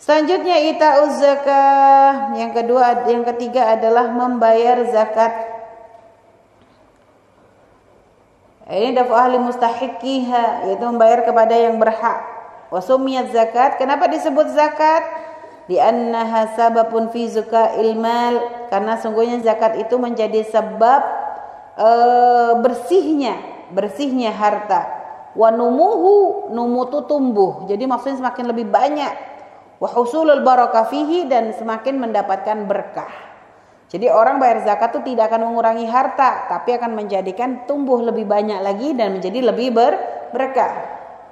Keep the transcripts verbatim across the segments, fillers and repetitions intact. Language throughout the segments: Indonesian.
Selanjutnya ita'uz zakah. Yang kedua, yang ketiga adalah membayar zakat. Ini dafu ahli mustahiqiha, yaitu membayar kepada yang berhak. Wa sumiyat zakat. Kenapa disebut zakat? Li'annaha sababun fi zukail mal, karena sungguhnya zakat itu menjadi sebab e, bersihnya, bersihnya harta. Wa numuhu, numu itu tumbuh. Jadi maksudnya semakin lebih banyak. Wa husulul barakah fihi, dan semakin mendapatkan berkah. Jadi orang bayar zakat itu tidak akan mengurangi harta, tapi akan menjadikan tumbuh lebih banyak lagi dan menjadi lebih ber, berkah.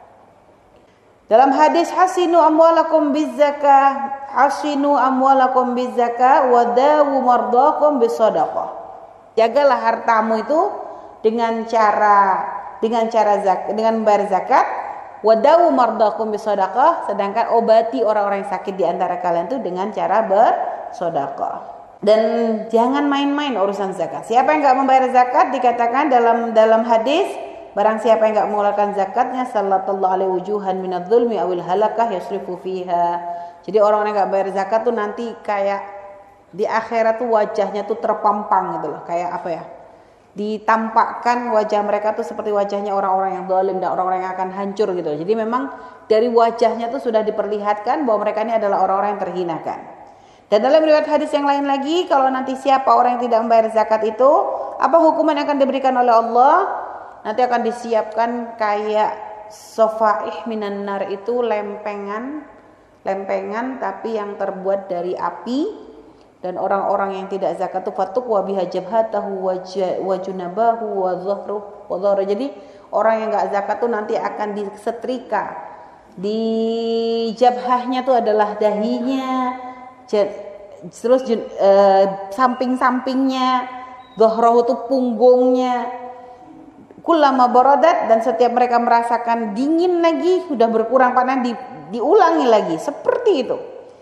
Dalam hadis hasinu amwalakum bizzakah, hasinu amwalakum bizzakah wa dawu mardakum bisadaqah. Jagalah hartamu itu dengan cara dengan cara zakat, dengan membayar zakat. Wadawu mardakum bisadaqah, sedangkan obati orang-orang yang sakit di antara kalian itu dengan cara bersedekah. Dan jangan main-main urusan zakat. Siapa yang enggak membayar zakat, dikatakan dalam dalam hadis, barang siapa yang enggak mengeluarkan zakatnya, sallallahu alaihi wujuhan minadz-dzulmi awil halakah yasrifu fiha. Jadi orang-orang yang enggak bayar zakat tuh nanti kayak di akhirat tuh wajahnya tuh terpampang gitu loh, kayak apa ya? Ditampakkan wajah mereka tuh seperti wajahnya orang-orang yang zalim dan orang-orang yang akan hancur gitu. Jadi memang dari wajahnya tuh sudah diperlihatkan bahwa mereka ini adalah orang-orang yang terhinakan. Dan dalam riwayat hadis yang lain lagi, kalau nanti siapa orang yang tidak membayar zakat itu, apa hukuman yang akan diberikan oleh Allah? Nanti akan disiapkan kayak sofaih minan nar, itu lempengan, lempengan tapi yang terbuat dari api. Dan orang-orang yang tidak zakat itu fatuk wa biha jabhatahu wa junabahu wa dhahruhu wa dhahruhu. Jadi orang yang enggak zakat tuh nanti akan disetrika. Di jabhahnya tuh adalah dahinya, terus uh, samping-sampingnya, dhahruhu tuh punggungnya. Kullama baradat, dan setiap mereka merasakan dingin lagi, sudah berkurang panas, di, diulangi lagi seperti itu.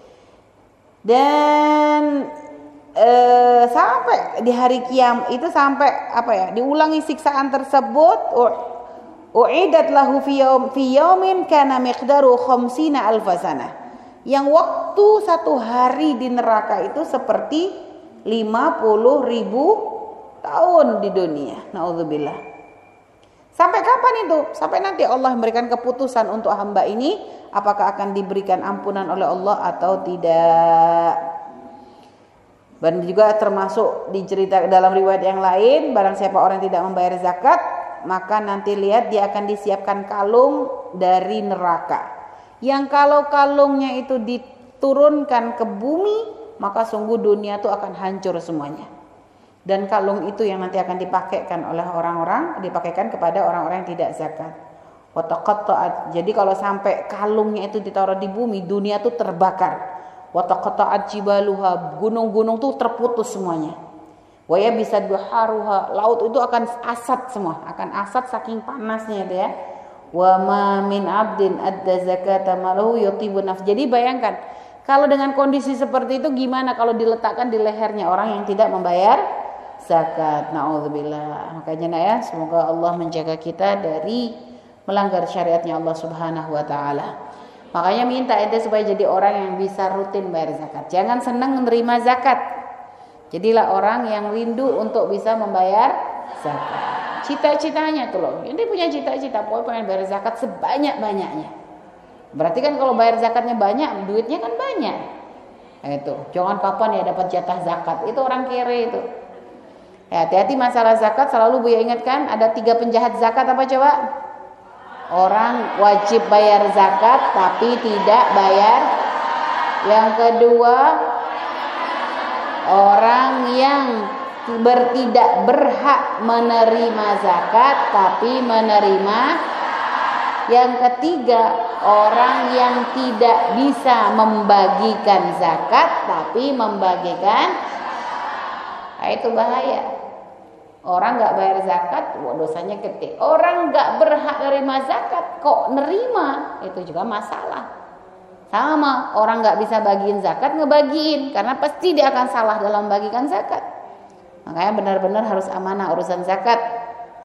Dan e, sampai di hari kiam itu sampai apa ya, diulangi siksaan tersebut. U'idat lahu fi yaum fi yaumin kana miqdaru khamsina alfasana, yang waktu satu hari di neraka itu seperti lima puluh ribu tahun di dunia. Naudzubillah. Sampai kapan itu? Sampai nanti Allah memberikan keputusan untuk hamba ini apakah akan diberikan ampunan oleh Allah atau tidak. Dan juga termasuk dicerita dalam riwayat yang lain, barang siapa orang yang tidak membayar zakat, maka nanti lihat dia akan disiapkan kalung dari neraka. Yang kalau kalungnya itu diturunkan ke bumi, maka sungguh dunia itu akan hancur semuanya. Dan kalung itu yang nanti akan dipakaikan oleh orang-orang, dipakaikan kepada orang-orang yang tidak zakat. Wataqatta'at. Jadi kalau sampai kalungnya itu ditaruh di bumi, dunia tuh terbakar. Wataqatta'at jibaluha, gunung-gunung tuh terputus semuanya. Wa ya bisa duharuha, laut itu akan asat semua, akan asat saking panasnya itu ya. Wa ma min 'abdin adda zakata malahu yutibu nafs. Jadi bayangkan, kalau dengan kondisi seperti itu gimana kalau diletakkan di lehernya orang yang tidak membayar zakat. Nauzubillah. Makanya nah ya, semoga Allah menjaga kita dari melanggar syariatnya Allah Subhanahu wa taala. Makanya minta ente supaya jadi orang yang bisa rutin bayar zakat. Jangan senang menerima zakat. Jadilah orang yang rindu untuk bisa membayar zakat. Cita-citanya tuh loh. Ente punya cita-cita, pokoknya pengen bayar zakat sebanyak-banyaknya. Berarti kan kalau bayar zakatnya banyak, duitnya kan banyak. Nah, itu. Jangan kapan ya dapat jatah zakat. Itu orang kere itu. Ya, hati-hati masalah zakat, selalu Buya ingatkan ada tiga penjahat zakat apa coba? Orang wajib bayar zakat tapi tidak bayar. Yang kedua, orang yang bertidak berhak menerima zakat tapi menerima. Yang ketiga, orang yang tidak bisa membagikan zakat tapi membagikan. Nah, itu bahaya. Orang gak bayar zakat, wah dosanya gede. Orang gak berhak nerima zakat, kok nerima, itu juga masalah. Sama, orang gak bisa bagiin zakat, ngebagiin. Karena pasti dia akan salah dalam membagikan zakat. Makanya benar-benar harus amanah urusan zakat.